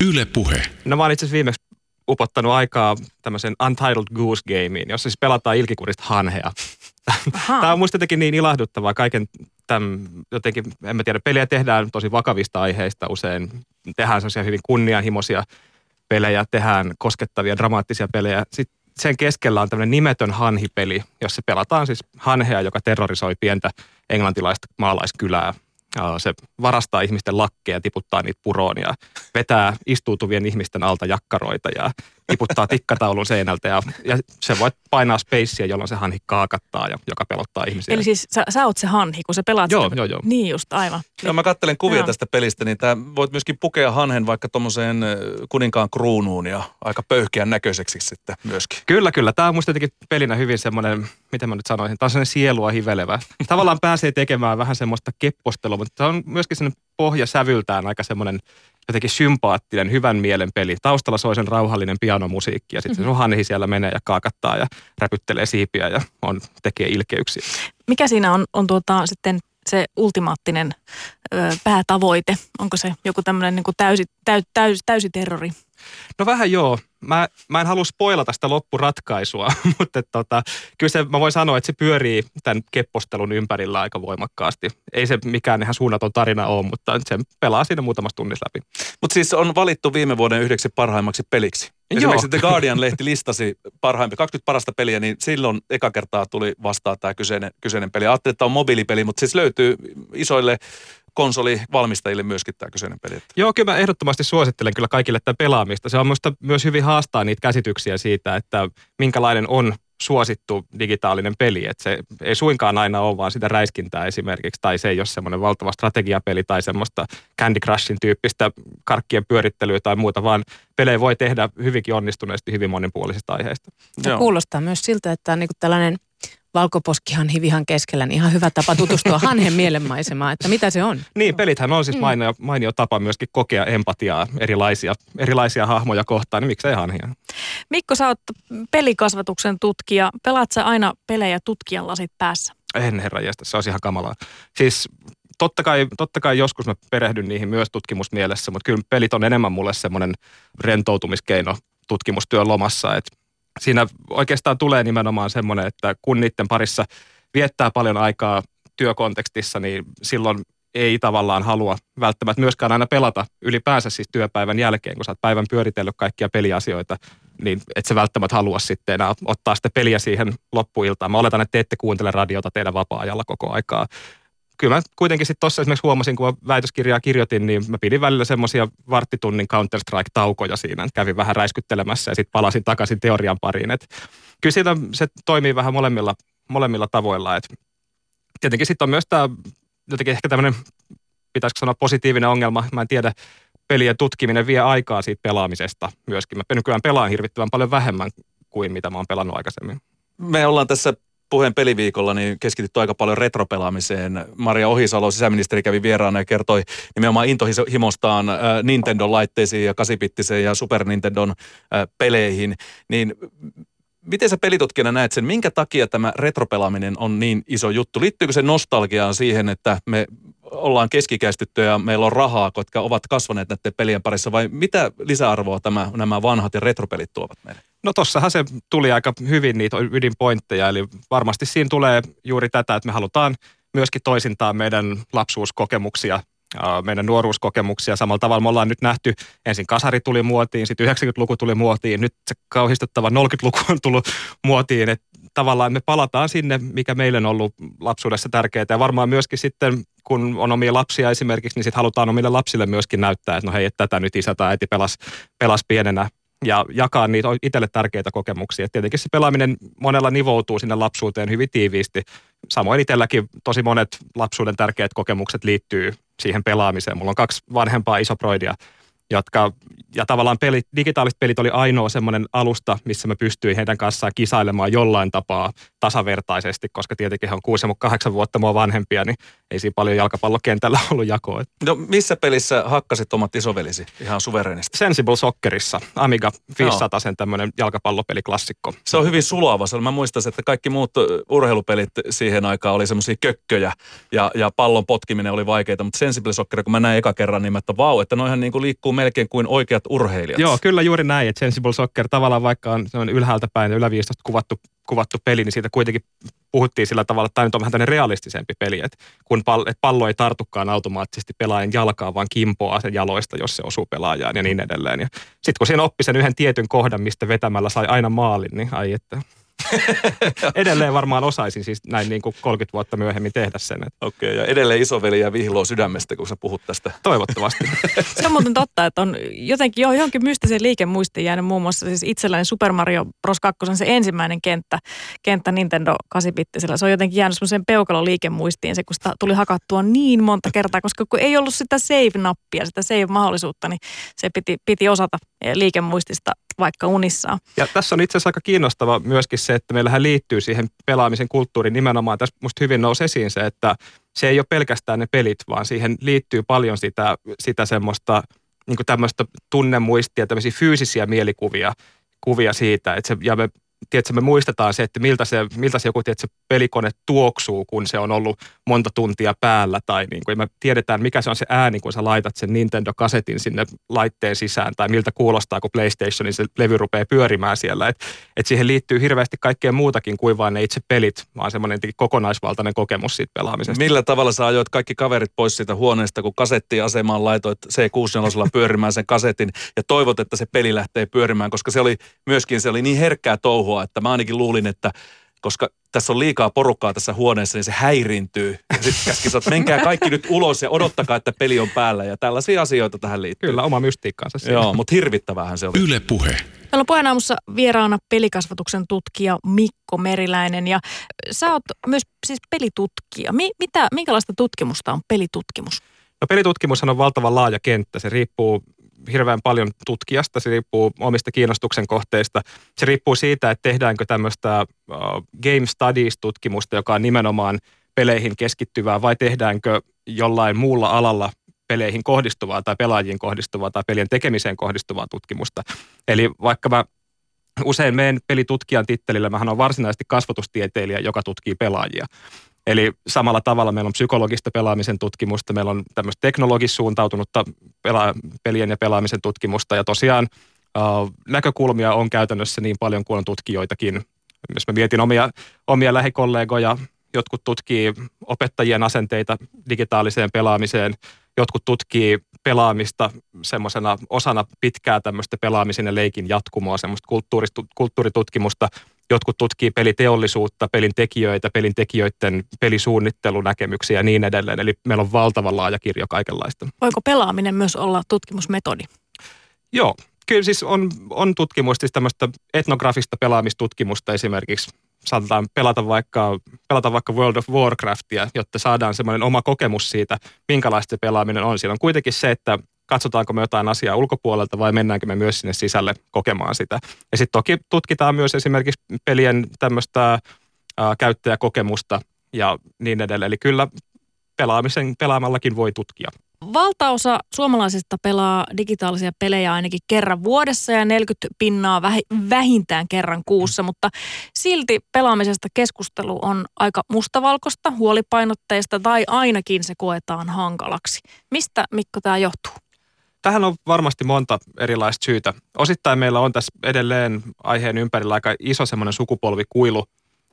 Yle Puhe. No mä oon itse asiassa viimeksi upottanut aikaa tämmöisen Untitled Goose Gameen, jossa siis pelataan ilkikurista hanhea. Tämä on musta jotenkin niin ilahduttavaa kaiken tämän, jotenkin, en mä tiedä, peliä tehdään tosi vakavista aiheista usein. Tehdään sellaisia hyvin kunnianhimoisia pelejä, tehdään koskettavia, dramaattisia pelejä. Sitten sen keskellä on tämmöinen nimetön hanhipeli, jossa pelataan siis hanhea, joka terrorisoi pientä englantilaista maalaiskylää. Se varastaa ihmisten lakkeja, tiputtaa niitä puroon ja vetää istuutuvien ihmisten alta jakkaroita ja tiputtaa tikkataulun seinältä. Ja se voi painaa spacea, jolloin se hanhi kaakattaa, joka pelottaa ihmisiä. Eli siis sä oot se hanhi, kun sä pelaat Joo. Niin just, aivan. Joo, mä katselen kuvia tästä pelistä, niin voit myöskin pukea hanhen vaikka tommoseen kuninkaan kruunuun ja aika pöyhkeän näköiseksi sitten myöskin. Kyllä. Tämä on musta jotenkin pelinä hyvin semmoinen, miten mä nyt sanoisin, tämä on semmoinen sielua hivelevä. Tavallaan pääsee tekemään vähän semmoista keppostelua, mutta tämä on myöskin semmoinen pohjasävyltään aika semmoinen jotenkin sympaattinen, hyvän mielen peli. Taustalla soi sen rauhallinen pianomusiikki ja sitten sun hanhi siellä menee ja kaakattaa ja räpyttelee siipiä ja tekee ilkeyksiä. Mikä siinä on sitten se ultimaattinen päätavoite? Onko se joku tämmöinen niin kuin täysi terrori? No vähän joo. Mä en halua spoilata sitä loppuratkaisua, mutta kyllä mä voin sanoa, että se pyörii tämän keppostelun ympärillä aika voimakkaasti. Ei se mikään ihan suunnaton tarina ole, mutta se pelaa siinä muutamassa tunnissa läpi. Mutta siis on valittu viime vuoden 9 parhaimmaksi peliksi. Esimerkiksi The Guardian-lehti listasi 20 parasta peliä, niin silloin eka kertaa tuli vastaan tämä kyseinen peli. Ajattelin, että tämä on mobiilipeli, mutta siis löytyy isoille konsolivalmistajille myöskin tämä kyseinen peli. Joo, kyllä mä ehdottomasti suosittelen kyllä kaikille tätä pelaamista. Se on minusta myös hyvin haastaa niitä käsityksiä siitä, että minkälainen on suosittu digitaalinen peli. Että se ei suinkaan aina ole vaan sitä räiskintää esimerkiksi, tai se ei ole semmoinen valtava strategiapeli tai semmoista Candy Crushin tyyppistä karkkien pyörittelyä tai muuta, vaan pelejä voi tehdä hyvinkin onnistuneesti hyvin monipuolisista aiheista. Ja kuulostaa myös siltä, että on niin kuin tällainen valkoposkihanhi vihan keskellä, niin ihan hyvä tapa tutustua hanhen mielenmaisemaan, että mitä se on. Niin, pelithän on siis mainio tapa myöskin kokea empatiaa erilaisia hahmoja kohtaan, niin miksei hanhia? Mikko, sä oot pelikasvatuksen tutkija. Pelaat sä aina pelejä tutkijan lasit päässä? En herranjestas, se olisi ihan kamalaa. Siis totta kai joskus mä perehdyn niihin myös tutkimusmielessä, mutta kyllä pelit on enemmän mulle semmoinen rentoutumiskeino tutkimustyön lomassa, että siinä oikeastaan tulee nimenomaan semmoinen, että kun niiden parissa viettää paljon aikaa työkontekstissa, niin silloin ei tavallaan halua välttämättä myöskään aina pelata ylipäänsä siis työpäivän jälkeen, kun sä oot päivän pyöritellyt kaikkia peliasioita, niin et sä välttämättä halua sitten enää ottaa sitä peliä siihen loppuiltaan. Mä oletan, että te ette kuuntele radiota teidän vapaa-ajalla koko aikaa. Kyllä mä kuitenkin sitten tuossa esimerkiksi huomasin, kun väitöskirjaa kirjoitin, niin mä pidin välillä semmoisia varttitunnin Counter-Strike-taukoja siinä. Kävin vähän räiskyttelemässä ja sitten palasin takaisin teorian pariin. Et kyllä siinä se toimii vähän molemmilla tavoilla. Et tietenkin sitten on myös tämä jotenkin ehkä tämmöinen, pitäisikö sanoa positiivinen ongelma. Mä en tiedä, pelien tutkiminen vie aikaa siitä pelaamisesta myöskin. Mä nykyään pelaan hirvittävän paljon vähemmän kuin mitä mä oon pelannut aikaisemmin. Me ollaan tässä Puheen peliviikolla niin keskitytty aika paljon retropelaamiseen. Maria Ohisalo, sisäministeri, kävi vieraana ja kertoi nimenomaan intohimostaan Nintendo-laitteisiin ja 8-bittiseen ja Super Nintendon peleihin. Niin miten sä pelitutkijana näet sen? Minkä takia tämä retropelaaminen on niin iso juttu? Liittyykö se nostalgiaan siihen, että me ollaan keskikäistyttyjä ja meillä on rahaa, jotka ovat kasvaneet näiden pelien parissa, vai mitä lisäarvoa nämä vanhat ja retropelit tuovat meille? No tossahan se tuli aika hyvin niitä ydinpointteja, eli varmasti siinä tulee juuri tätä, että me halutaan myöskin toisintaa meidän lapsuuskokemuksia, meidän nuoruuskokemuksia. Samalla tavalla me ollaan nyt nähty, ensin kasari tuli muotiin, sitten 90-luku tuli muotiin, nyt se kauhistuttava 40-luku on tullut muotiin, että tavallaan me palataan sinne, mikä meille on ollut lapsuudessa tärkeää. Ja varmaan myöskin sitten, kun on omia lapsia esimerkiksi, niin sitten halutaan omille lapsille myöskin näyttää, että no hei, että tätä nyt isä tai äiti pelas pienenä. Ja jakaa niitä itselle tärkeitä kokemuksia. Et tietenkin se pelaaminen monella nivoutuu sinne lapsuuteen hyvin tiiviisti. Samoin itselläkin tosi monet lapsuuden tärkeät kokemukset liittyy siihen pelaamiseen. Mulla on 2 vanhempaa isoproidia, ja tavallaan digitaaliset pelit oli ainoa semmoinen alusta, missä mä pystyin heidän kanssaan kisailemaan jollain tapaa tasavertaisesti, koska tietenkin he on 6 ja 8 vuotta mua vanhempia, niin ei siinä paljon jalkapallokentällä ollut jakoa. No missä pelissä hakkasit omat isovelisi ihan suvereenisti? Sensible Soccerissa, Amiga 500 sen tämmöinen jalkapallopeliklassikko. Se on hyvin sulava. Mä muistan, että kaikki muut urheilupelit siihen aikaan oli semmoisia kökköjä ja pallon potkiminen oli vaikeaa, mutta Sensible Soccer, kun mä näin eka kerran, niin mä että vau, että noihän niin kuin liikkuu melkein kuin oikeat urheilijat. Joo, kyllä juuri näin, että Sensible Soccer tavallaan vaikka on ylhäältä päin yläviistosta kuvattu peli, niin siitä kuitenkin puhuttiin sillä tavalla, että tämä nyt on vähän tämmöinen realistisempi peli, että kun pallo ei tartukaan automaattisesti pelaajan jalkaa, vaan kimpoaa sen jaloista, jos se osuu pelaajaan ja niin edelleen. Ja sitten kun siinä oppi sen yhden tietyn kohdan, mistä vetämällä sai aina maalin, niin ai että... Edelleen varmaan osaisin siis näin niin kuin 30 vuotta myöhemmin tehdä sen. Okei, ja edelleen isoveli ja vihloo sydämestä, kun sä puhut tästä. Toivottavasti. Se on muuten totta, että on jotenkin johonkin mystiseen liikemuistiin jäänyt muun muassa siis itselläni Super Mario Bros. 2 se ensimmäinen kenttä Nintendo 8-bittisellä. Se on jotenkin jäänyt semmoiseen peukalon liikemuistiin se, kun sitä tuli hakattua niin monta kertaa, koska kun ei ollut sitä save-nappia, sitä save-mahdollisuutta, niin se piti osata liikemuistista vaikka unissaan. Ja tässä on itse asiassa aika kiinnostava myöskin se, että meillähän liittyy siihen pelaamisen kulttuuriin nimenomaan. Tässä musta hyvin nousi esiin se, että se ei ole pelkästään ne pelit, vaan siihen liittyy paljon sitä semmoista niin kuin tämmöistä tunnemuistia, tämmöisiä fyysisiä mielikuvia siitä, että me muistetaan se, että miltä se joku pelikone tuoksuu, kun se on ollut monta tuntia päällä. Tai niin kuin, me tiedetään, mikä se on se ääni, kun sä laitat sen Nintendo-kasetin sinne laitteen sisään. Tai miltä kuulostaa, kun PlayStationin se levy rupeaa pyörimään siellä. Et siihen liittyy hirveästi kaikkea muutakin kuin vain ne itse pelit, vaan semmoinen kokonaisvaltainen kokemus siitä pelaamisesta. Millä tavalla sä ajoit kaikki kaverit pois siitä huoneesta, kun kasettiasemaan laitoit C64 pyörimään sen kasetin ja toivot, että se peli lähtee pyörimään, koska se oli niin herkkää touhua, että mä ainakin luulin, että koska tässä on liikaa porukkaa tässä huoneessa, niin se häiriintyy. Ja sitten käskin että menkää kaikki nyt ulos ja odottakaa, että peli on päällä. Ja tällaisia asioita tähän liittyy. Kyllä, oma mystiikkaansa siinä. Joo, mutta hirvittävähän se oli. Yle Puhe. Meillä on Puheenaamussa vieraana pelikasvatuksen tutkija Mikko Meriläinen. Ja sä oot myös siis pelitutkija. Minkälaista tutkimusta on pelitutkimus? No pelitutkimushan on valtavan laaja kenttä. Se riippuu hirveän paljon tutkijasta, se riippuu omista kiinnostuksen kohteista. Se riippuu siitä, että tehdäänkö tämmöistä game studies-tutkimusta, joka on nimenomaan peleihin keskittyvää, vai tehdäänkö jollain muulla alalla peleihin kohdistuvaa tai pelaajiin kohdistuvaa tai pelien tekemiseen kohdistuvaa tutkimusta. Eli vaikka mä usein menen pelitutkijan tittelillä, mähän on varsinaisesti kasvatustieteilijä, joka tutkii pelaajia. Eli samalla tavalla meillä on psykologista pelaamisen tutkimusta, meillä on tämmöistä teknologis suuntautunutta pelien ja pelaamisen tutkimusta ja tosiaan näkökulmia on käytännössä niin paljon kuin on tutkijoitakin. Jos mä mietin omia lähikollegoja, jotkut tutkii opettajien asenteita digitaaliseen pelaamiseen, jotkut tutkii pelaamista semmoisena osana pitkää tämmöistä pelaamisen ja leikin jatkumoa, semmoista kulttuuritutkimusta. Jotkut tutkii peliteollisuutta, pelin tekijöiden pelisuunnittelunäkemyksiä ja niin edelleen. Eli meillä on valtavan laaja kirjo kaikenlaista. Voiko pelaaminen myös olla tutkimusmetodi? Joo, kyllä siis on tutkimusta, siis tämmöistä etnografista pelaamistutkimusta esimerkiksi. Saatetaan pelata vaikka World of Warcraftia, jotta saadaan semmoinen oma kokemus siitä, minkälaista se pelaaminen on. Siinä on kuitenkin se, että katsotaanko me jotain asiaa ulkopuolelta vai mennäänkö me myös sinne sisälle kokemaan sitä. Ja sitten toki tutkitaan myös esimerkiksi pelien käyttäjäkokemusta ja niin edelleen. Eli kyllä pelaamallakin voi tutkia. Valtaosa suomalaisista pelaa digitaalisia pelejä ainakin kerran vuodessa ja 40% vähintään kerran kuussa, mutta silti pelaamisesta keskustelu on aika mustavalkoista, huolipainotteista tai ainakin se koetaan hankalaksi. Mistä, Mikko, tämä johtuu? Tähän on varmasti monta erilaista syytä. Osittain meillä on tässä edelleen aiheen ympärillä aika iso semmoinen sukupolvikuilu.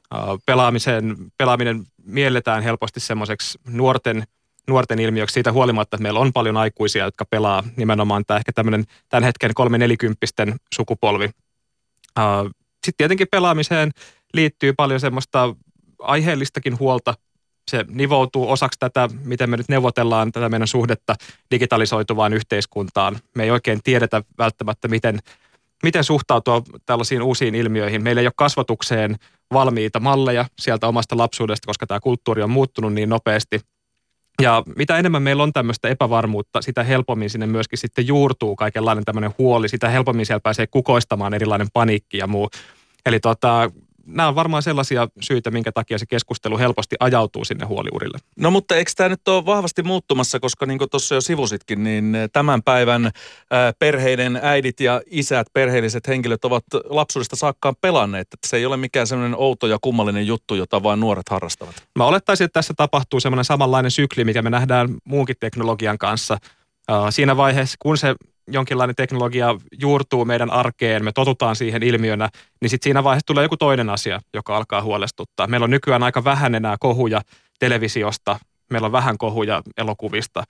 Pelaaminen mielletään helposti semmoiseksi nuorten ilmiöksi siitä huolimatta, että meillä on paljon aikuisia, jotka pelaa nimenomaan tämän hetken 3-40 sukupolvi. Sitten tietenkin pelaamiseen liittyy paljon semmoista aiheellistakin huolta. Se nivoutuu osaksi tätä, miten me nyt neuvotellaan tätä meidän suhdetta digitalisoituvaan yhteiskuntaan. Me ei oikein tiedetä välttämättä, miten suhtautua tällaisiin uusiin ilmiöihin. Meillä ei ole kasvatukseen valmiita malleja sieltä omasta lapsuudesta, koska tämä kulttuuri on muuttunut niin nopeasti. Ja mitä enemmän meillä on tämmöistä epävarmuutta, sitä helpommin sinne myöskin sitten juurtuu kaikenlainen tämmöinen huoli. Sitä helpommin siellä pääsee kukoistamaan erilainen paniikki ja muu. Eli nämä on varmaan sellaisia syitä, minkä takia se keskustelu helposti ajautuu sinne huoliurille. No mutta eikö tämä nyt ole vahvasti muuttumassa, koska niin kuin tuossa jo sivusitkin, niin tämän päivän perheiden äidit ja isät, perheelliset henkilöt ovat lapsuudesta saakkaan pelanneet. Että se ei ole mikään sellainen outo ja kummallinen juttu, jota vain nuoret harrastavat. Mä olettaisin, että tässä tapahtuu semmoinen samanlainen sykli, mikä me nähdään muunkin teknologian kanssa. Siinä vaiheessa, kun se jonkinlainen teknologia juurtuu meidän arkeen, me totutaan siihen ilmiönä, niin sitten siinä vaiheessa tulee joku toinen asia, joka alkaa huolestuttaa. Meillä on nykyään aika vähän enää kohuja televisiosta, meillä on vähän kohuja elokuvista.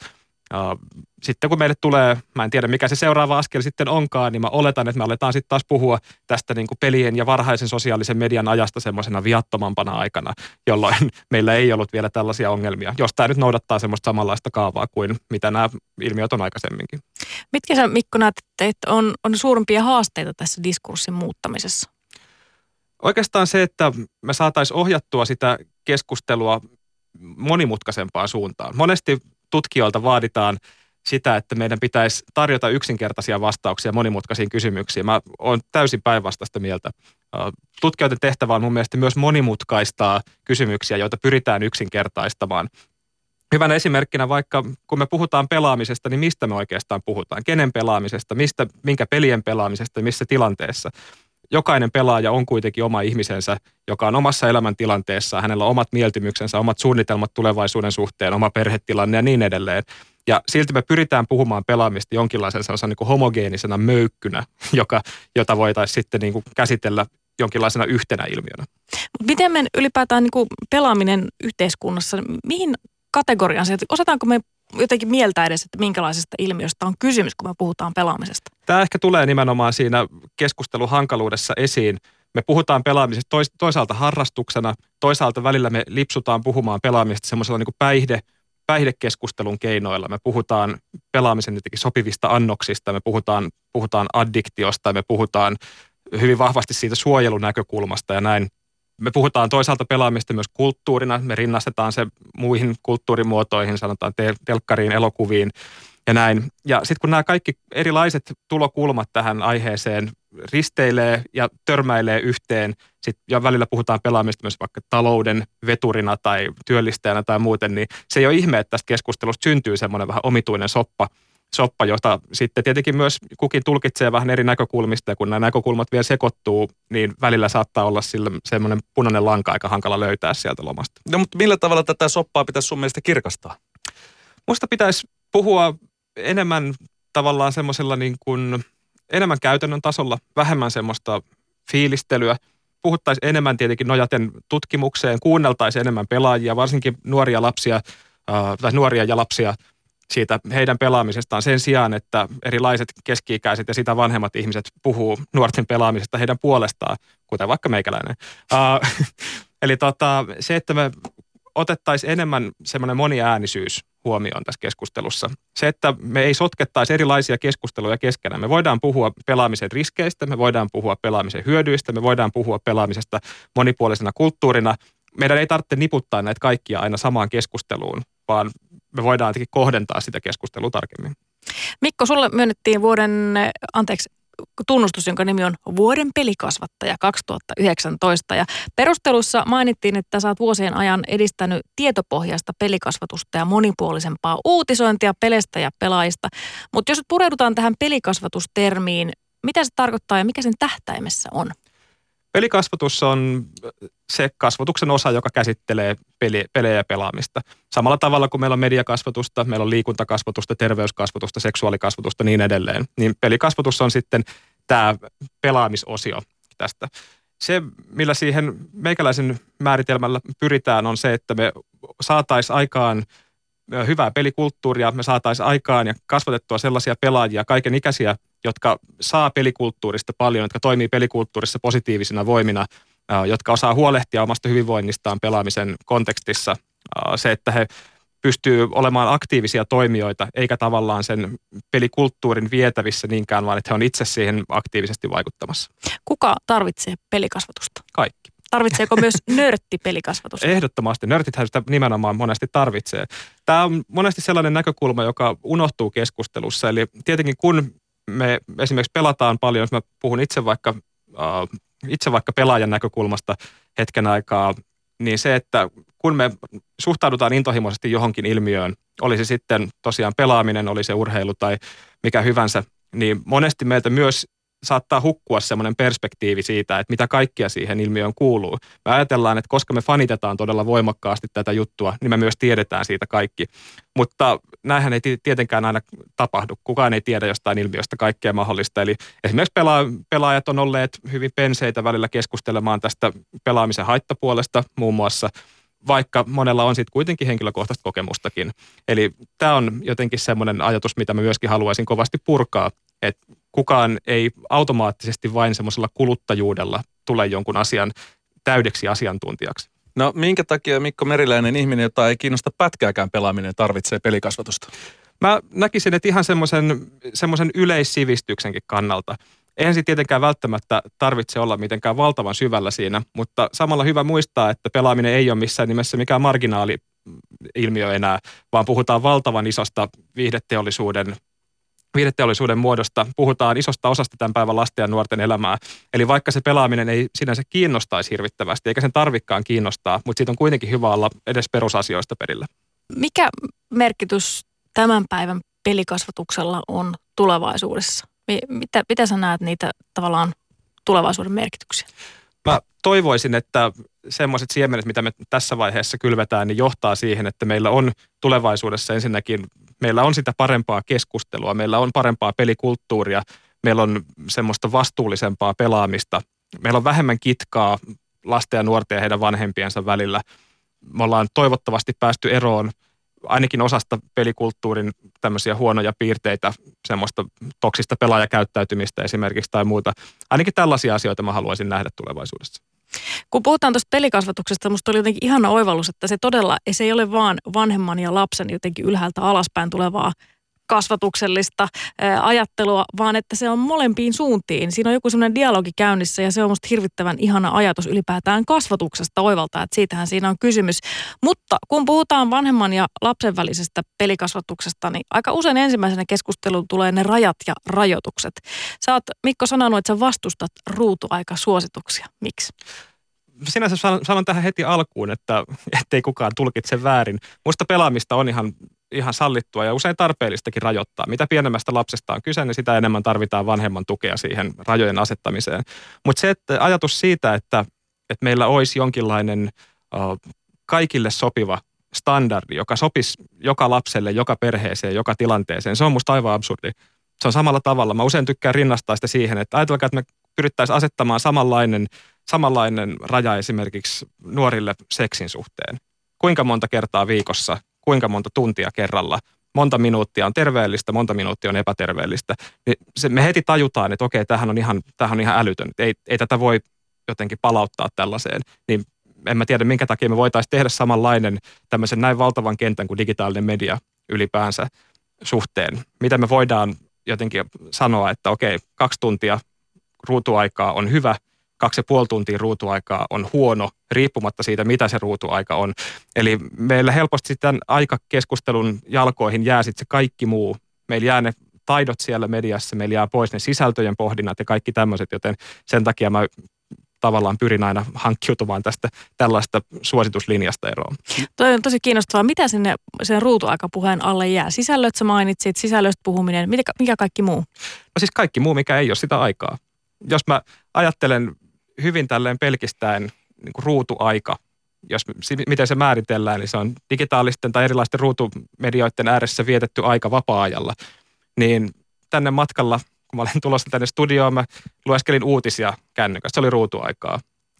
Sitten kun meille tulee, mä en tiedä mikä se seuraava askel sitten onkaan, niin mä oletan, että me aletaan sitten taas puhua tästä niin kuin pelien ja varhaisen sosiaalisen median ajasta semmoisena viattomampana aikana, jolloin meillä ei ollut vielä tällaisia ongelmia, jos tämä nyt noudattaa semmoista samanlaista kaavaa kuin mitä nämä ilmiöt on aikaisemminkin. Mitkä sä, Mikko, näet, että on suurimpia haasteita tässä diskurssin muuttamisessa? Oikeastaan se, että me saataisiin ohjattua sitä keskustelua monimutkaisempaan suuntaan. Monesti tutkijoilta vaaditaan sitä, että meidän pitäisi tarjota yksinkertaisia vastauksia monimutkaisiin kysymyksiin. Mä oon täysin päinvastaista mieltä. Tutkijoiden tehtävä on mun mielestä myös monimutkaistaa kysymyksiä, joita pyritään yksinkertaistamaan. Hyvänä esimerkkinä vaikka, kun me puhutaan pelaamisesta, niin mistä me oikeastaan puhutaan? Kenen pelaamisesta, minkä pelien pelaamisesta ja missä tilanteessa? Jokainen pelaaja on kuitenkin oma ihmisensä, joka on omassa elämäntilanteessaan. Hänellä on omat mieltymyksensä, omat suunnitelmat tulevaisuuden suhteen, oma perhetilanne ja niin edelleen. Ja silti me pyritään puhumaan pelaamista jonkinlaisen niin kuin homogeenisena möykkynä, jota voitaisiin sitten niin kuin käsitellä jonkinlaisena yhtenä ilmiönä. Miten me ylipäätään niin kuin pelaaminen yhteiskunnassa, mihin kategoriaan se, osataanko me jotenkin mieltää edes, että minkälaisesta ilmiöstä on kysymys, kun me puhutaan pelaamisesta? Tämä ehkä tulee nimenomaan siinä keskustelun hankaluudessa esiin. Me puhutaan pelaamisesta toisaalta harrastuksena, toisaalta välillä me lipsutaan puhumaan pelaamisesta semmoisella niin kuin päihdekeskustelun keinoilla. Me puhutaan pelaamisen jotenkin sopivista annoksista, me puhutaan addiktiosta, me puhutaan hyvin vahvasti siitä suojelun näkökulmasta ja näin. Me puhutaan toisaalta pelaamista myös kulttuurina, me rinnastetaan se muihin kulttuurimuotoihin, sanotaan telkkariin, elokuviin ja näin. Ja sitten kun nämä kaikki erilaiset tulokulmat tähän aiheeseen risteilee ja törmäilee yhteen, ja välillä puhutaan pelaamista myös vaikka talouden veturina tai työllistäjänä tai muuten, niin se ei ole ihme, että tästä keskustelusta syntyy semmoinen vähän omituinen soppa, jota sitten tietenkin myös kukin tulkitsee vähän eri näkökulmista, ja kun nämä näkökulmat vielä sekoittuu, niin välillä saattaa olla sillä semmoinen punainen lanka aika hankala löytää sieltä lomasta. No, mutta millä tavalla tätä soppaa pitäisi sun mielestä kirkastaa? Musta pitäisi puhua enemmän tavallaan semmoisella niin kuin enemmän käytännön tasolla, vähemmän semmoista fiilistelyä. Puhuttaisiin enemmän tietenkin nojaten tutkimukseen, kuunneltaisiin enemmän pelaajia, varsinkin nuoria ja lapsia siitä heidän pelaamisestaan sen sijaan, että erilaiset keski-ikäiset ja sitä vanhemmat ihmiset puhuu nuorten pelaamisesta heidän puolestaan, kuten vaikka meikäläinen. Eli se, että me otettaisiin enemmän semmoinen moniäänisyys huomioon tässä keskustelussa. Se, että me ei sotkettaisi erilaisia keskusteluja keskenään. Me voidaan puhua pelaamisen riskeistä, me voidaan puhua pelaamisen hyödyistä, me voidaan puhua pelaamisesta monipuolisena kulttuurina. Meidän ei tarvitse niputtaa näitä kaikkia aina samaan keskusteluun, vaan me voidaan jotenkin kohdentaa sitä keskustelua tarkemmin. Mikko, sulle myönnettiin tunnustus, jonka nimi on Vuoden pelikasvattaja 2019. Ja perustelussa mainittiin, että sä oot vuosien ajan edistänyt tietopohjaista pelikasvatusta ja monipuolisempaa uutisointia peleistä ja pelaajista. Mutta jos nyt pureudutaan tähän pelikasvatustermiin, mitä se tarkoittaa ja mikä sen tähtäimessä on? Pelikasvatus on se kasvatuksen osa, joka käsittelee pelejä ja pelaamista. Samalla tavalla kuin meillä on mediakasvatusta, meillä on liikuntakasvatusta, terveyskasvatusta, seksuaalikasvatusta ja niin edelleen. Niin pelikasvatus on sitten tämä pelaamisosio tästä. Se, millä siihen meikäläisen määritelmällä pyritään, on se, että me saataisiin aikaan hyvää pelikulttuuria, me saataisiin aikaan ja kasvatettua sellaisia pelaajia, kaikenikäisiä, jotka saa pelikulttuurista paljon, jotka toimii pelikulttuurissa positiivisina voimina, jotka osaa huolehtia omasta hyvinvoinnistaan pelaamisen kontekstissa. Se, että he pystyy olemaan aktiivisia toimijoita, eikä tavallaan sen pelikulttuurin vietävissä niinkään, vaan että he on itse siihen aktiivisesti vaikuttamassa. Kuka tarvitsee pelikasvatusta? Kaikki. Tarvitseeko myös nörtti pelikasvatusta? Ehdottomasti. Nörtithän sitä nimenomaan monesti tarvitsee. Tämä on monesti sellainen näkökulma, joka unohtuu keskustelussa. Eli tietenkin kun me esimerkiksi pelataan paljon, jos mä puhun itse vaikka pelaajan näkökulmasta hetken aikaa, niin se, että kun me suhtaudutaan intohimoisesti johonkin ilmiöön, oli se sitten tosiaan pelaaminen, oli se urheilu tai mikä hyvänsä, niin monesti meiltä myös saattaa hukkua semmoinen perspektiivi siitä, että mitä kaikkia siihen ilmiöön kuuluu. Me ajatellaan, että koska me fanitetaan todella voimakkaasti tätä juttua, niin me myös tiedetään siitä kaikki. Mutta näinhän ei tietenkään aina tapahdu. Kukaan ei tiedä jostain ilmiöstä kaikkea mahdollista. Eli esimerkiksi pelaajat on olleet hyvin penseitä välillä keskustelemaan tästä pelaamisen haittapuolesta muun muassa, vaikka monella on sitten kuitenkin henkilökohtaista kokemustakin. Eli tämä on jotenkin semmoinen ajatus, mitä mä myöskin haluaisin kovasti purkaa, että kukaan ei automaattisesti vain semmoisella kuluttajuudella tule jonkun asian täydeksi asiantuntijaksi. No minkä takia Mikko Meriläinen, ihminen, jota ei kiinnosta pätkääkään pelaaminen, tarvitsee pelikasvatusta? Mä näkisin, että ihan semmoisen yleissivistyksenkin kannalta. Eihän se tietenkään välttämättä tarvitse olla mitenkään valtavan syvällä siinä, mutta samalla hyvä muistaa, että pelaaminen ei ole missään nimessä mikään marginaali-ilmiö enää, vaan puhutaan valtavan isosta viihdeteollisuuden muodosta, puhutaan isosta osasta tämän päivän lasten ja nuorten elämää. Eli vaikka se pelaaminen ei sinänsä kiinnostaisi hirvittävästi, eikä sen tarvikkaan kiinnostaa, mutta siitä on kuitenkin hyvä olla edes perusasioista perillä. Mikä merkitys tämän päivän pelikasvatuksella on tulevaisuudessa? Mitä sä näet niitä tavallaan tulevaisuuden merkityksiä? Mä toivoisin, että semmoiset siemenet, mitä me tässä vaiheessa kylvetään, niin johtaa siihen, että meillä on tulevaisuudessa ensinnäkin, meillä on sitä parempaa keskustelua, meillä on parempaa pelikulttuuria, meillä on semmoista vastuullisempaa pelaamista, meillä on vähemmän kitkaa lasten ja nuorten ja heidän vanhempiensa välillä. Me ollaan toivottavasti päästy eroon ainakin osasta pelikulttuurin tämmöisiä huonoja piirteitä, semmoista toksista pelaajakäyttäytymistä esimerkiksi tai muuta. Ainakin tällaisia asioita mä haluaisin nähdä tulevaisuudessa. Kun puhutaan tuosta pelikasvatuksesta, musta oli jotenkin ihana oivallus, että se ei ole vaan vanhemman ja lapsen jotenkin ylhäältä alaspäin tulevaa kasvatuksellista ajattelua, vaan että se on molempiin suuntiin. Siinä on joku semmoinen dialogi käynnissä ja se on musta hirvittävän ihana ajatus ylipäätään kasvatuksesta oivaltaa, että siitähän siinä on kysymys. Mutta kun puhutaan vanhemman ja lapsen välisestä pelikasvatuksesta, niin aika usein ensimmäisenä keskusteluun tulee ne rajat ja rajoitukset. Sä oot, Mikko, sanonut, että sä vastustat ruutuaikasuosituksia. Miksi? Sinänsä sanon tähän heti alkuun, että ettei kukaan tulkitse väärin. Musta pelaamista on ihan sallittua ja usein tarpeellistakin rajoittaa. Mitä pienemmästä lapsesta on kyse, niin sitä enemmän tarvitaan vanhemman tukea siihen rajojen asettamiseen. Mutta se, että ajatus siitä, että meillä olisi jonkinlainen kaikille sopiva standardi, joka sopisi joka lapselle, joka perheeseen, joka tilanteeseen, se on musta aivan absurdi. Se on samalla tavalla. Mä usein tykkään rinnastaa sitä siihen, että ajatelkaa, että me pyrittäisiin asettamaan samanlainen raja esimerkiksi nuorille seksin suhteen. Kuinka monta kertaa viikossa, kuinka monta tuntia kerralla, monta minuuttia on terveellistä, monta minuuttia on epäterveellistä. Me heti tajutaan, että okei, tämähän on ihan älytön. Ei tätä voi jotenkin palauttaa tällaiseen. Niin en mä tiedä, minkä takia me voitaisiin tehdä samanlainen tämmöisen näin valtavan kentän kuin digitaalinen media ylipäänsä suhteen. Mitä me voidaan jotenkin sanoa, että okei, 2 tuntia ruutuaikaa on hyvä, 2,5 tuntia ruutuaikaa on huono, riippumatta siitä, mitä se ruutuaika on. Eli meillä helposti tämän aikakeskustelun jalkoihin jää sitten se kaikki muu. Meillä jää ne taidot siellä mediassa, meillä jää pois ne sisältöjen pohdinnat ja kaikki tämmöiset, joten sen takia mä tavallaan pyrin aina hankkiutumaan tästä tällaista suosituslinjasta eroon. Toi on tosi kiinnostavaa. Mitä sen ruutuaikapuheen alle jää? Sisällöt sä mainitsit, sisällöstä puhuminen, mikä kaikki muu? No siis kaikki muu, mikä ei ole sitä aikaa. Jos mä ajattelen hyvin tälleen pelkistäen niin kuin ruutuaika, miten se määritellään, niin se on digitaalisten tai erilaisten ruutumedioiden ääressä vietetty aika vapaa-ajalla. Niin tänne matkalla, kun mä olin tulossa tänne studioon, mä lueskelin uutisia kännykästä. Se oli ruutuaikaa.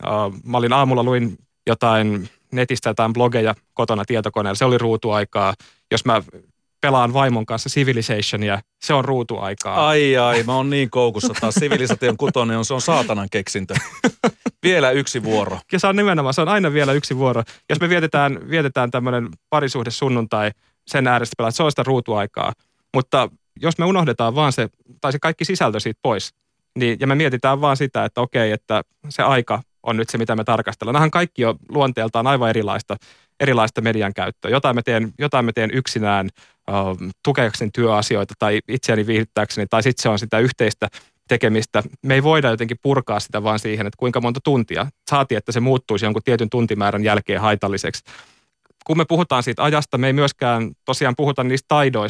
Mä olin aamulla, luin jotain netistä, jotain blogeja kotona tietokoneella. Se oli ruutuaikaa. Jos mä pelaan vaimon kanssa Civilizationia, se on ruutuaikaa. Ai, mä oon niin koukussa taas. Civilization 6 se on saatanan keksintö. Vielä yksi vuoro. Ja se on nimenomaan, se on aina vielä yksi vuoro. Jos me vietetään tämmöinen parisuhde sunnuntai sen äärestä pelaa, se on sitä ruutuaikaa. Mutta jos me unohdetaan vaan se kaikki sisältö siitä pois, niin, ja me mietitään vaan sitä, että okei, että se aika on nyt se, mitä me tarkastellaan. Nämähän kaikki on luonteeltaan aivan erilaista median käyttöä. Jotain mä teen yksinään tukeakseni työasioita tai itseäni viihdyttääkseni, tai sitten se on sitä yhteistä tekemistä. Me ei voida jotenkin purkaa sitä vaan siihen, että kuinka monta tuntia. Saatiin, että se muuttuisi jonkun tietyn tuntimäärän jälkeen haitalliseksi. Kun me puhutaan siitä ajasta, me ei myöskään tosiaan puhuta niistä taidoista,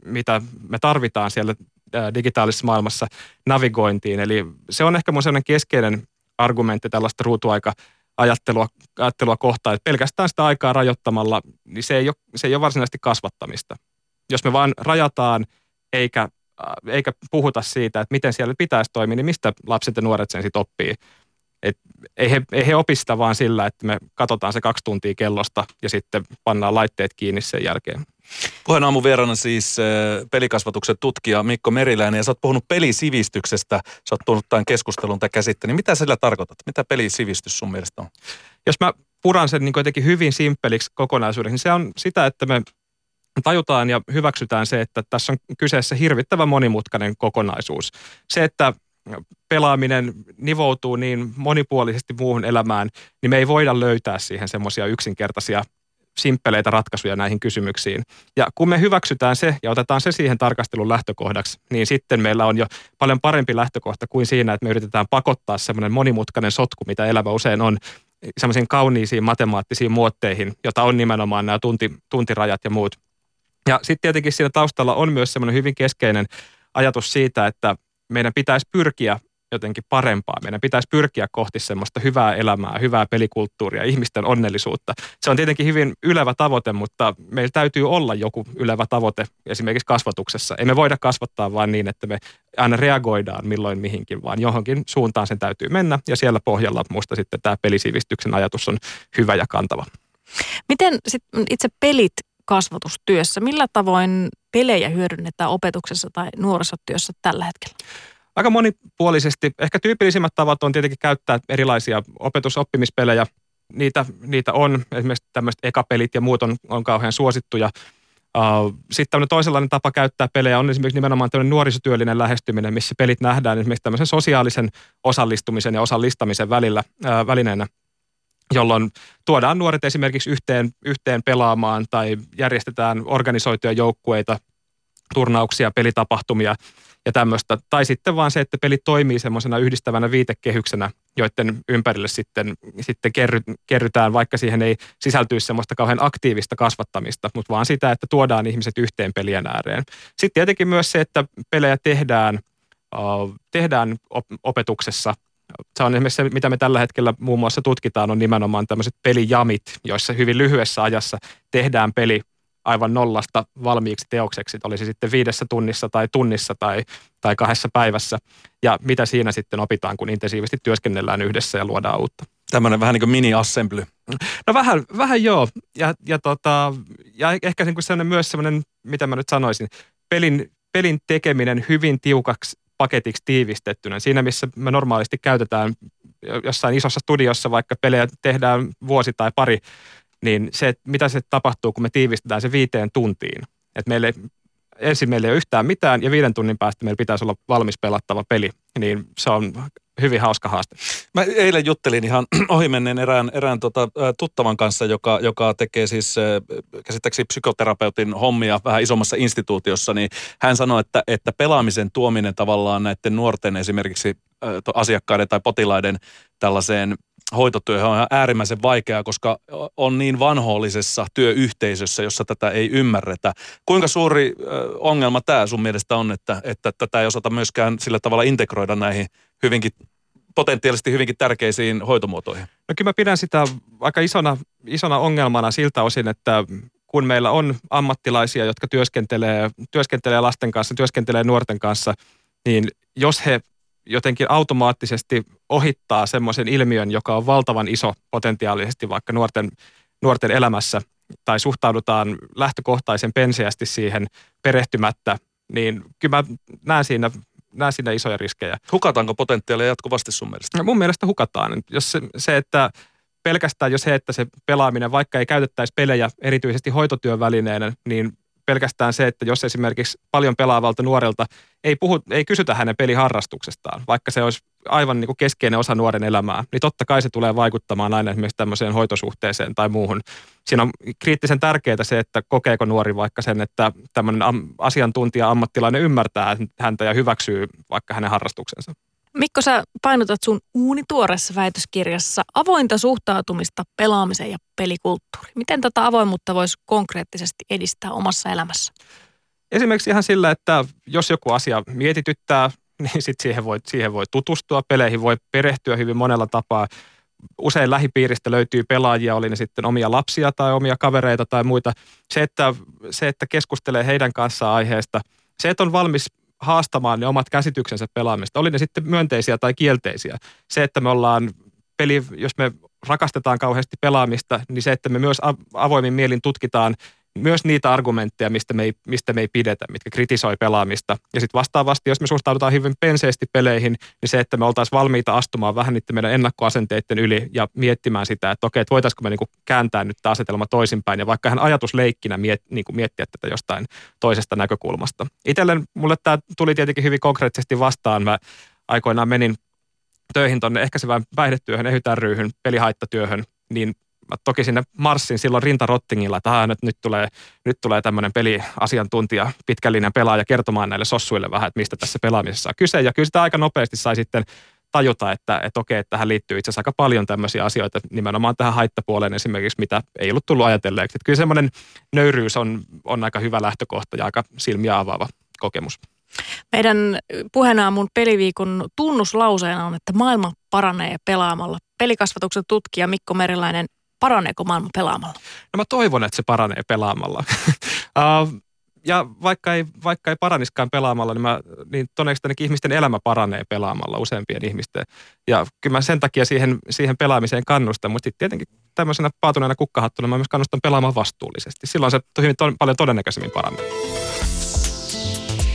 mitä me tarvitaan siellä digitaalisessa maailmassa navigointiin. Eli se on ehkä mun sellainen keskeinen argumentti tällaista ruutuaika-ajattelua kohtaan, että pelkästään sitä aikaa rajoittamalla, niin se ei ole varsinaisesti kasvattamista. Jos me vaan rajataan eikä puhuta siitä, että miten siellä pitäisi toimia, niin mistä lapset ja nuoret sen sitten oppii. Ei he opi sitä vaan sillä, että me katsotaan se 2 tuntia kellosta ja sitten pannaan laitteet kiinni sen jälkeen. Puheen aamun vieraana siis pelikasvatuksen tutkija Mikko Meriläinen, ja sä oot puhunut pelisivistyksestä, sä oot tuonut tämän keskustelun tai käsitteen. Mitä sillä tarkoitat? Mitä pelisivistys sun mielestä on? Jos mä puran sen niin jotenkin hyvin simppeliksi kokonaisuudeksi, niin se on sitä, että me tajutaan ja hyväksytään se, että tässä on kyseessä hirvittävän monimutkainen kokonaisuus. Se, että pelaaminen nivoutuu niin monipuolisesti muuhun elämään, niin me ei voida löytää siihen semmoisia yksinkertaisia simppeleitä ratkaisuja näihin kysymyksiin. Ja kun me hyväksytään se ja otetaan se siihen tarkastelun lähtökohdaksi, niin sitten meillä on jo paljon parempi lähtökohta kuin siinä, että me yritetään pakottaa semmoinen monimutkainen sotku, mitä elämä usein on, semmoisiin kauniisiin matemaattisiin muotteihin, jota on nimenomaan nämä tuntirajat ja muut. Ja sitten tietenkin siinä taustalla on myös semmoinen hyvin keskeinen ajatus siitä, että meidän pitäisi pyrkiä jotenkin parempaa. Meidän pitäisi pyrkiä kohti semmoista hyvää elämää, hyvää pelikulttuuria, ihmisten onnellisuutta. Se on tietenkin hyvin ylevä tavoite, mutta meillä täytyy olla joku ylevä tavoite esimerkiksi kasvatuksessa. Ei me voida kasvattaa vaan niin, että me aina reagoidaan milloin mihinkin, vaan johonkin suuntaan sen täytyy mennä. Ja siellä pohjalla musta sitten tämä pelisivistyksen ajatus on hyvä ja kantava. Miten sitten itse pelit kasvatustyössä, millä tavoin pelejä hyödynnetään opetuksessa tai nuorisotyössä tällä hetkellä? Aika monipuolisesti. Ehkä tyypillisimmät tavat on tietenkin käyttää erilaisia opetusoppimispelejä. Niitä on. Esimerkiksi tämmöiset ekapelit ja muut on kauhean suosittuja. Sitten tämmöinen toisenlainen tapa käyttää pelejä on esimerkiksi nimenomaan tämmöinen nuorisotyöllinen lähestyminen, missä pelit nähdään esimerkiksi tämmöisen sosiaalisen osallistumisen ja osallistamisen välineenä, jolloin tuodaan nuoret esimerkiksi yhteen pelaamaan tai järjestetään organisoituja joukkueita, turnauksia, pelitapahtumia ja tämmöistä. Tai sitten vaan se, että peli toimii semmoisena yhdistävänä viitekehyksenä, joiden ympärille sitten kerrytään, vaikka siihen ei sisältyisi semmoista kauhean aktiivista kasvattamista, mutta vaan sitä, että tuodaan ihmiset yhteen pelien ääreen. Sitten tietenkin myös se, että pelejä tehdään opetuksessa. Se on esimerkiksi se, mitä me tällä hetkellä muun muassa tutkitaan, on nimenomaan tämmöiset pelijamit, joissa hyvin lyhyessä ajassa tehdään peli aivan nollasta valmiiksi teokseksi, olisi sitten 5 tunnissa tai tunnissa tai 2 päivässä. Ja mitä siinä sitten opitaan, kun intensiivisesti työskennellään yhdessä ja luodaan uutta. Tämmöinen vähän niin kuin mini-assembly. No vähän joo. Ja ehkä myös sellainen, mitä mä nyt sanoisin, pelin tekeminen hyvin tiukaksi paketiksi tiivistettynä. Siinä, missä me normaalisti käytetään jossain isossa studiossa, vaikka pelejä tehdään vuosi tai pari, niin se, mitä se tapahtuu, kun me tiivistetään se 5 tuntiin. Että ensin meillä ei ole yhtään mitään ja 5 tunnin päästä meillä pitäisi olla valmis pelattava peli. Niin se on hyvin hauska haaste. Mä eilen juttelin ihan ohimenneen erään tuttavan kanssa, joka tekee siis käsittääkseni psykoterapeutin hommia vähän isommassa instituutiossa, niin hän sanoi, että pelaamisen tuominen tavallaan näiden nuorten esimerkiksi asiakkaiden tai potilaiden tällaiseen hoitotyöhön on äärimmäisen vaikeaa, koska on niin vanhoollisessa työyhteisössä, jossa tätä ei ymmärretä. Kuinka suuri ongelma tämä sun mielestä on, että tätä ei osata myöskään sillä tavalla integroida näihin potentiaalisesti hyvinkin tärkeisiin hoitomuotoihin? No kyllä mä pidän sitä aika isona ongelmana siltä osin, että kun meillä on ammattilaisia, jotka työskentelee lasten kanssa, työskentelee nuorten kanssa, niin jos he jotenkin automaattisesti ohittaa semmoisen ilmiön, joka on valtavan iso potentiaalisesti vaikka nuorten elämässä, tai suhtaudutaan lähtökohtaisen penseästi siihen perehtymättä, niin kyllä mä näen siinä isoja riskejä. Hukataanko potentiaalia jatkuvasti sun mielestä? No mun mielestä hukataan. Jos se että pelkästään jo se, että se pelaaminen, vaikka ei käytettäisi pelejä erityisesti hoitotyövälineenä, niin pelkästään se, että jos esimerkiksi paljon pelaavalta nuorelta ei kysytä hänen peliharrastuksestaan, vaikka se olisi aivan niin kuin keskeinen osa nuoren elämää, niin totta kai se tulee vaikuttamaan aina esimerkiksi tämmöiseen hoitosuhteeseen tai muuhun. Siinä on kriittisen tärkeää se, että kokeeko nuori vaikka sen, että tämmöinen asiantuntija, ammattilainen ymmärtää häntä ja hyväksyy vaikka hänen harrastuksensa. Mikko, sä painotat sun uunituoreessa väitöskirjassa avointa suhtautumista pelaamiseen ja pelikulttuuriin. Miten tätä avoimuutta voisi konkreettisesti edistää omassa elämässä? Esimerkiksi ihan sillä, että jos joku asia mietityttää, niin sitten siihen voi tutustua, peleihin voi perehtyä hyvin monella tapaa. Usein lähipiiristä löytyy pelaajia, oli ne sitten omia lapsia tai omia kavereita tai muita. Se, että keskustelee heidän kanssaan aiheesta, se, että on valmis haastamaan ne omat käsityksensä pelaamista, oli ne sitten myönteisiä tai kielteisiä. Se, että me ollaan jos me rakastetaan kauheasti pelaamista, niin se, että me myös avoimin mielin tutkitaan myös niitä argumentteja, mistä me ei pidetä, mitkä kritisoi pelaamista. Ja sitten vastaavasti, jos me suhtaudutaan hyvin penseesti peleihin, niin se, että me oltaisiin valmiita astumaan vähän niiden meidän ennakkoasenteiden yli ja miettimään sitä, että okei, että voitaisiinko me niinku kääntää nyt tämä asetelma toisinpäin ja vaikka ihan ajatusleikkinä miettiä tätä jostain toisesta näkökulmasta. Itselle mulle tämä tuli tietenkin hyvin konkreettisesti vastaan. Mä aikoinaan menin töihin tuonne ehkäisevään päihdetyöhön, EHYT-ry:hyn, pelihaittatyöhön, niin mä toki sinne marssin silloin rintarottingilla, että nyt tulee tämmöinen peliasiantuntija, pitkällinen pelaaja kertomaan näille sossuille vähän, että mistä tässä pelaamisessa on kyse. Ja kyllä sitä aika nopeasti sai sitten tajuta, että okei, että tähän liittyy itse asiassa aika paljon tämmöisiä asioita, nimenomaan tähän haittapuoleen esimerkiksi, mitä ei ollut tullut ajatelleeksi. Että kyllä semmoinen nöyryys on aika hyvä lähtökohta ja aika silmiä avaava kokemus. Meidän Puheenaamun peliviikon tunnuslauseena on, että maailma paranee pelaamalla. Pelikasvatuksen tutkija Mikko Meriläinen, paraneeko maailma pelaamalla? No mä toivon, että se paranee pelaamalla. Ja vaikka ei paraniskaan pelaamalla, niin todennäköisesti ihmisten elämä paranee pelaamalla, useampien ihmisten. Ja kyllä mä sen takia siihen pelaamiseen kannustan, mutta tietenkin tämmöisenä paatuneena kukkahattuna mä myös kannustan pelaamaan vastuullisesti. Silloin se hyvin paljon todennäköisemmin paranee.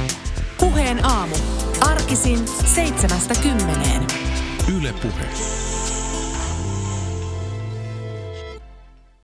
Puheen aamu. Arkisin 7–10. Yle Puhe.